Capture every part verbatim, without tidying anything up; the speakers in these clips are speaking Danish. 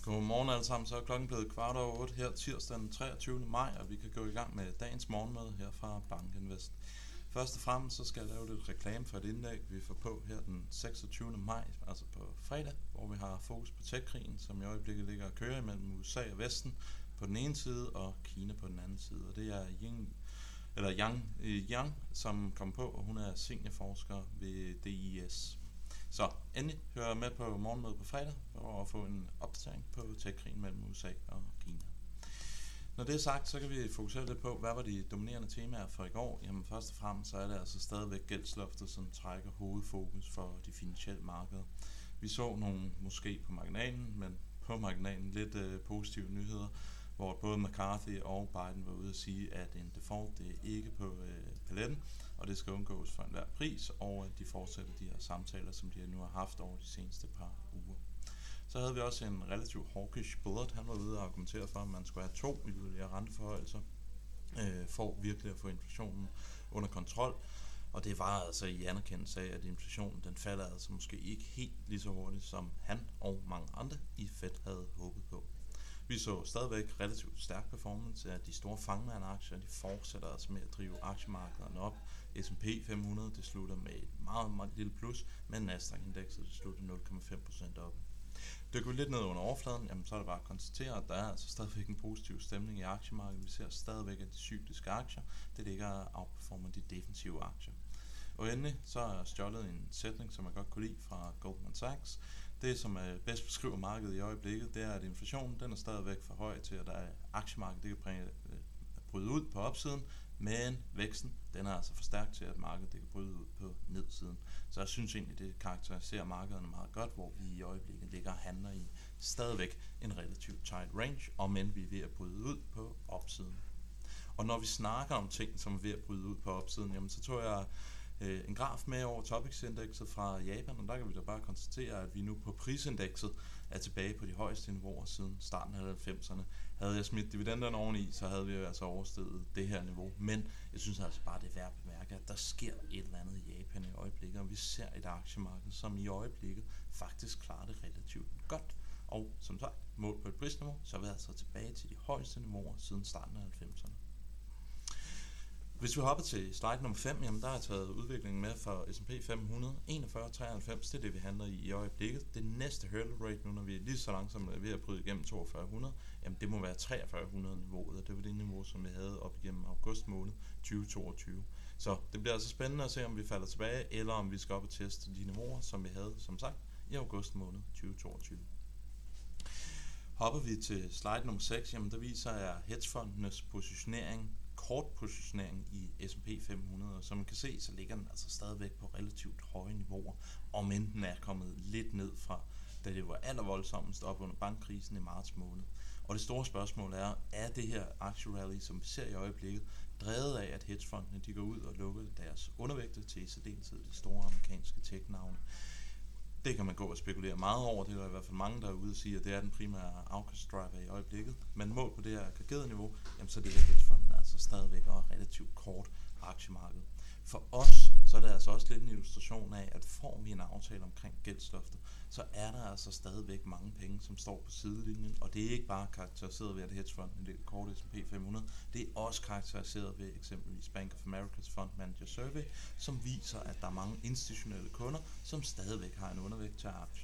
Godmorgen alle sammen, så er klokken blevet kvart over otte her tirsdag den treogtyvende maj, og vi kan gå i gang med dagens morgenmøde her fra Bankinvest. Først og fremmest så skal jeg lave lidt reklame for et indlæg, vi får på her den seksogtyvende maj, altså på fredag, hvor vi har fokus på tech-krigen, som i øjeblikket ligger og kører imellem U S A og Vesten på den ene side, og Kina på den anden side. Og det er Ying, eller Yang, Yang, som kom på, og hun er seniorforsker ved D I S. Så endelig hør med på morgenmødet på fredag for at få en opdatering på tech-krigen mellem U S A og Kina. Når det er sagt, så kan vi fokusere lidt på, hvad var de dominerende temaer for i går. Jamen først og fremmest så er det altså stadigvæk gældsloftet, som trækker hovedfokus for de finansielle markeder. Vi så nogle måske på marginalen, men på marginalen lidt øh, positive nyheder, hvor både McCarthy og Biden var ude at sige, at en default det er ikke på øh, paletten, og det skal undgås for enhver pris, og at de fortsætter de her samtaler, som de nu har haft over de seneste par uger. Så havde vi også en relativt hawkish Bullard. Han var ude og argumentere for, at man skulle have to yderligere renteforhøjelser øh, for virkelig at få inflationen under kontrol. Og det var altså i anerkendelse af, at inflationen den falder altså måske ikke helt lige så hurtigt, som han og mange andre i Fed havde håbet på. Vi så stadigvæk relativt stærk performance af de store fangmand-aktier. De fortsætter altså med at drive aktiemarkederne op. S and P fem hundrede det slutter med et meget, meget lille plus, men Nasdaq-indekset det slutter nul komma fem procent op. Dykker vi lidt ned under overfladen, jamen så er det bare at konstatere, at der er altså stadigvæk en positiv stemning i aktiemarkedet. Vi ser stadigvæk, at de cykliske aktier, det ligger og outperformer de defensive aktier. Og endelig så er stjålet en sætning, som jeg godt kunne lide fra Goldman Sachs. Det, som bedst beskriver markedet i øjeblikket, det er, at inflationen den er stadigvæk for høj til, at der er aktiemarkedet, det kan bringe, bryde ud på opsiden, men væksten den er altså for stærk til, at markedet det kan bryde ud på nedsiden. Så jeg synes egentlig, det karakteriserer markederne meget godt, hvor vi i øjeblikket ligger og handler i stadigvæk en relativt tight range, og men vi er ved at bryde ud på opsiden. Og når vi snakker om ting, som er ved at bryde ud på opsiden, jamen så tog jeg øh, en graf med over Topix-indekset fra Japan, og der kan vi da bare konstatere, at vi nu på prisindekset er tilbage på de højeste niveauer siden starten af halvfemserne. Havde jeg smidt dividenderne oveni, så havde vi jo altså oversteget det her niveau. Men jeg synes altså bare, det er værd at bemærke, at der sker et eller andet i Japan i øjeblikket, og vi ser et aktiemarked, som i øjeblikket faktisk klarer det relativt godt. Og som sagt, mål på et prisniveau, så er vi altså tilbage til de højeste niveauer siden starten af halvfemserne. Hvis vi hopper til slide nummer fem, jamen der har jeg taget udviklingen med for S and P fem hundrede, enogfyrre komma treoghalvfems, det er det vi handler i i øjeblikket. Det næste hurdle rate nu, når vi er lige så langsomt ved at bryde igennem toogfyrre hundrede, jamen det må være treogfyrre hundrede niveauet, og det var det niveau, som vi havde op igennem august måned tyve toogtyve. Så det bliver altså spændende at se, om vi falder tilbage, eller om vi skal op og teste de niveauer, som vi havde, som sagt, i august måned tyve toogtyve. Hopper vi til slide nummer seks, jamen der viser jeg hedgefondenes positionering, kort positionering i S and P fem hundrede, og som man kan se, så ligger den altså stadigvæk på relativt høje niveauer, om end den er kommet lidt ned fra, da det var allervoldsomst op under bankkrisen i marts måned. Og det store spørgsmål er, er det her aktierally, som vi ser i øjeblikket, drevet af, at hedgefondene de går ud og lukker deres undervægte til i særdeleshed de store amerikanske tech-navne? Det kan man gå og spekulere meget over, det er der i hvert fald mange, der er ude og sige, at det er den primære afkastdriver i øjeblikket. Men mål på det her aggregerede niveau, jamen så det er hedgefonden altså stadigvæk og relativt kort aktiemarked. For os, så er det altså også lidt en illustration af, at får vi en aftale omkring gældsloftet, så er der altså stadigvæk mange penge, som står på sidelinjen, og det er ikke bare karakteriseret ved, at hedgefonden ligger kort i S and P fem hundrede, det er også karakteriseret ved eksempelvis Bank of America's Fund Manager Survey, som viser, at der er mange institutionelle kunder, som stadigvæk har en undervægt til aktier.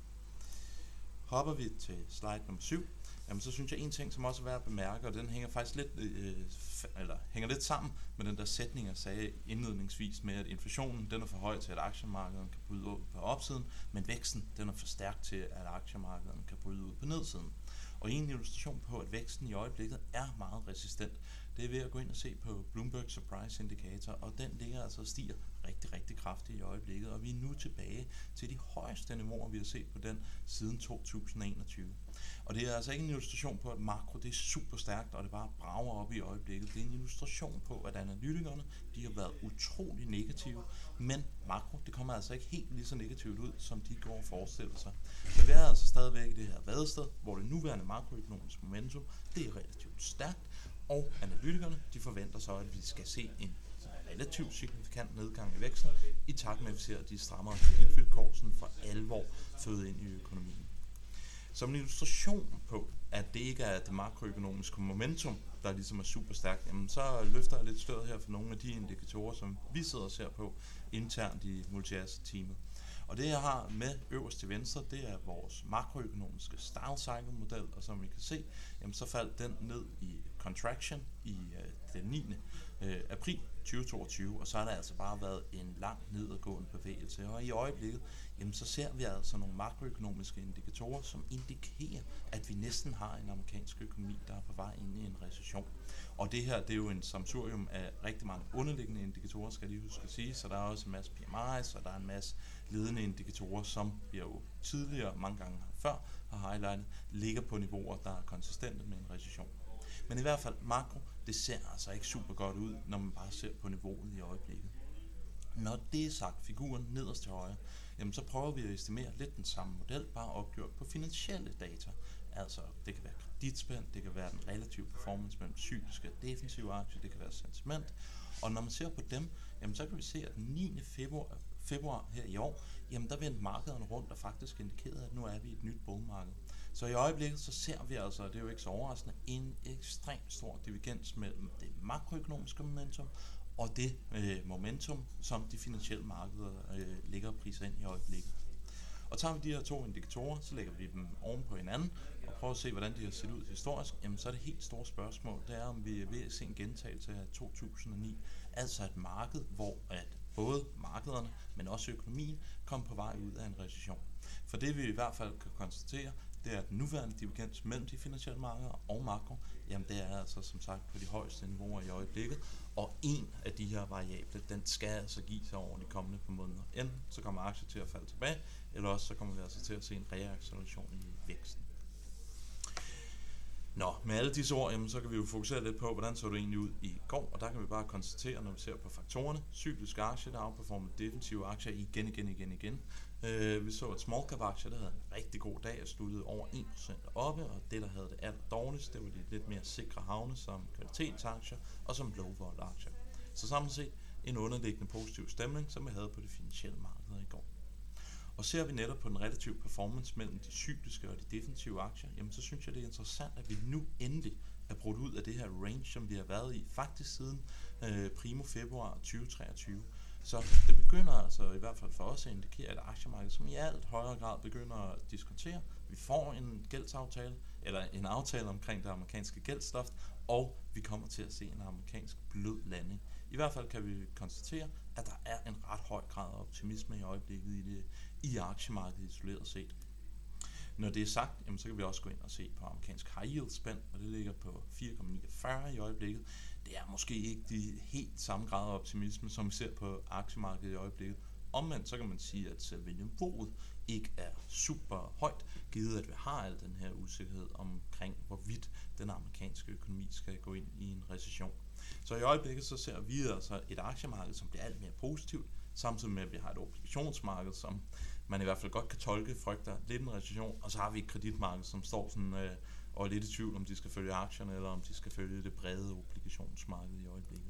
Hopper vi til slide nummer syv, jamen så synes jeg en ting, som også er værd at bemærke, og den hænger faktisk lidt, øh, eller hænger lidt sammen med den der sætning, jeg sagde indledningsvis med, at inflationen den er for høj til, at aktiemarkederne kan bryde ud på opsiden, men væksten den er for stærk til, at aktiemarkederne kan bryde ud på nedsiden. Og en illustration på, at væksten i øjeblikket er meget resistent, det er ved at gå ind og se på Bloomberg Surprise Indicator, og den ligger altså og stiger rigtig, rigtig kraftigt i øjeblikket, og vi er nu tilbage til de højeste niveauer, vi har set på den siden to tusind og enogtyve. Og det er altså ikke en illustration på, at makro det er super stærkt, og det bare brager op i øjeblikket. Det er en illustration på, at analytikerne de har været utrolig negative, men makro det kommer altså ikke helt lige så negativt ud, som de går og forestiller sig. Men vi er altså stadigvæk i det her vadested, hvor det nuværende makroøkonomiske momentum det er relativt stærkt, og analytikerne de forventer så, at vi skal se en relativt signifikant nedgang i væksten, i takt med at vi ser, at de strammere kreditvilkår for alvor føde ind i økonomien. Som en illustration på, at det ikke er det makroøkonomiske momentum, der ligesom er super stærkt, jamen så løfter jeg lidt sløret her for nogle af de indikatorer, som vi sidder og ser på internt i multi-asset-teamet. Og det jeg har med øverst til venstre, det er vores makroøkonomiske style cycle model, og som I kan se, jamen så faldt den ned i contraction i øh, den niende april tyve toogtyve, og så har der altså bare været en lang nedadgående bevægelse. Og i øjeblikket, jamen så ser vi altså nogle makroøkonomiske indikatorer, som indikerer, at vi næsten har en amerikansk økonomi, der er på vej ind i en recession. Og det her, det er jo en sammensurium af rigtig mange underliggende indikatorer, skal jeg lige huske at sige, så der er også en masse P M I's, og der er en masse ledende indikatorer, som vi jo tidligere mange gange før har highlightet, ligger på niveauer, der er konsistente med en recession. Men i hvert fald makro, det ser altså ikke super godt ud, når man bare ser på niveauet i øjeblikket. Når det er sagt, figuren nederst til højre, jamen så prøver vi at estimere lidt den samme model, bare opgjort på finansielle data. Altså, det kan være kreditspænd, det kan være den relative performance mellem cykliske og defensive aktier, det kan være sentiment. Og når man ser på dem, jamen så kan vi se, at den niende februar, februar her i år, jamen der vendte markederne rundt og faktisk indikerede, at nu er vi i et nyt bullmarked. Så i øjeblikket så ser vi altså, og det er jo ikke så overraskende, en ekstremt stor divergens mellem det makroøkonomiske momentum og det øh, momentum, som de finansielle markeder øh, ligger og priser ind i øjeblikket. Og tager vi de her to indikatorer, så lægger vi dem oven på hinanden og prøver at se, hvordan de har set ud historisk. Jamen så er det helt store spørgsmål, det er, om vi er ved at se en gentagelse af to tusind og ni. Altså et marked, hvor at både markederne, men også økonomien, kom på vej ud af en recession. For det vi i hvert fald kan konstatere, det er, at den nuværende divergens mellem de finansielle markeder og makro, jamen det er altså som sagt på de højeste niveauer i øjeblikket, og en af de her variable, den skal altså give sig over de kommende par måneder. Enten så kommer aktier til at falde tilbage, eller også så kommer vi altså til at se en reacceleration i væksten. Nå, med alle disse ord, jamen, så kan vi jo fokusere lidt på, hvordan så det egentlig ud i går, og der kan vi bare konstatere, når vi ser på faktorerne, cykliske aktier, der outperformer defensive aktier igen, igen, igen, igen. Øh, vi så, at small cap aktier, der havde en rigtig god dag og sluttede over en procent oppe, og det, der havde det aller dårligst, det var de lidt mere sikre havne som kvalitetsaktier og som low vol aktier. Så samlet set en underliggende positiv stemning, som vi havde på de finansielle markeder i går. Og ser vi netop på den relative performance mellem de cykliske og de defensive aktier, jamen så synes jeg, det er interessant, at vi nu endelig er brudt ud af det her range, som vi har været i faktisk siden øh, primo februar tyve treogtyve. Så det begynder altså i hvert fald for os at indikere, at aktiemarkedet som i alt højere grad begynder at diskutere. Vi får en gældsaftale, eller en aftale omkring det amerikanske gældsloft, og vi kommer til at se en amerikansk blød landing. I hvert fald kan vi konstatere, at der er en ret høj grad af optimisme i øjeblikket i, det, i aktiemarkedet isoleret set. Når det er sagt, jamen, så kan vi også gå ind og se på amerikansk high yield spænd, og det ligger på fire komma niogfyrre i øjeblikket. Det er måske ikke de helt samme grad af optimisme, som vi ser på aktiemarkedet i øjeblikket. Omvendt så kan man sige, at selve niveauet ikke er super højt, givet at vi har al den her usikkerhed omkring, hvorvidt den amerikanske økonomi skal gå ind i en recession. Så i øjeblikket så ser vi altså et aktiemarked, som bliver alt mere positivt, samtidig med at vi har et obligationsmarked, som man i hvert fald godt kan tolke, frygter lidt en recession, og så har vi et kreditmarked, som står sådan øh, og er lidt i tvivl, om de skal følge aktierne, eller om de skal følge det brede obligationsmarked i øjeblikket.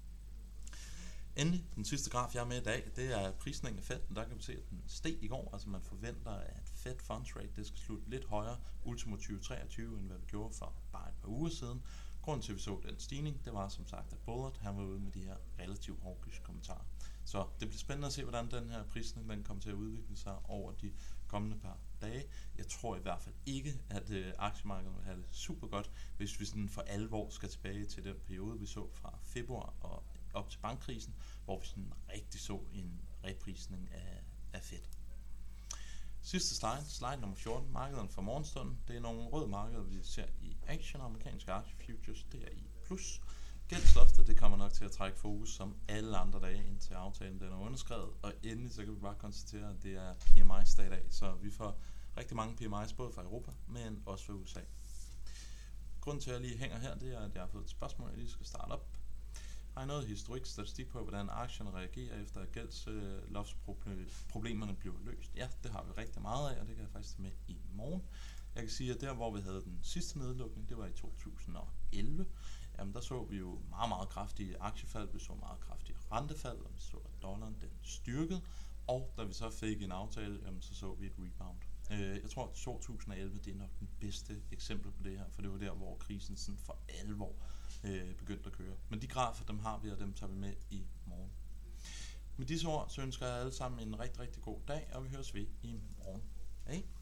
Endelig, den sidste graf, jeg er med i dag, det er prisningen af Fed. Der kan vi se, at den steg i går. Altså man forventer, at Fed Funds Rate det skal slutte lidt højere ultimo tyve treogtyve, end hvad vi gjorde for bare et par uger siden. Grunden til, at vi så den stigning, det var som sagt, at Bullard han var ude med de her relativt hawkish kommentarer. Så det bliver spændende at se, hvordan den her prisning den kommer til at udvikle sig over de kommende par dage. Jeg tror i hvert fald ikke, at øh, aktiemarkedet vil have det super godt, hvis vi sådan for alvor skal tilbage til den periode, vi så fra februar og op til bankkrisen, hvor vi sådan rigtig så en reprisning af, af Fed. Sidste slide, slide nummer fjorten, markederne for morgenstunden. Det er nogle røde markeder, vi ser i Action, amerikanske aktie futures, det er i plus. Gældsloftet, det kommer nok til at trække fokus som alle andre dage, indtil aftalen den er underskrevet. Og endelig så kan vi bare konstatere, at det er P M I's dag i dag, så vi får rigtig mange P M I's både fra Europa, men også fra U S A. Grunden til, at jeg lige hænger her, det er, at jeg har fået et spørgsmål, jeg lige skal starte op. Har I noget historik statistik på, hvordan aktierne reagerer efter at gældsloftsproblemerne bliver løst? Ja, det har vi rigtig meget af, og det kan jeg faktisk tage med i morgen. Jeg kan sige, at der hvor vi havde den sidste nedlukning, det var i to tusind og elleve. Jamen der så vi jo meget, meget kraftige aktiefald, vi så meget kraftige rentefald, og vi så at dollaren den styrkede, og da vi så fik en aftale, jamen, så så vi et rebound. Øh, jeg tror, at to tusind og elleve det er nok den bedste eksempel på det her, for det var der, hvor krisen sådan for alvor øh, begyndte at køre. Men de grafer, dem har vi, og dem tager vi med i morgen. Med disse ord, så ønsker jeg alle sammen en rigtig, rigtig god dag, og vi høres ved i morgen. Hej!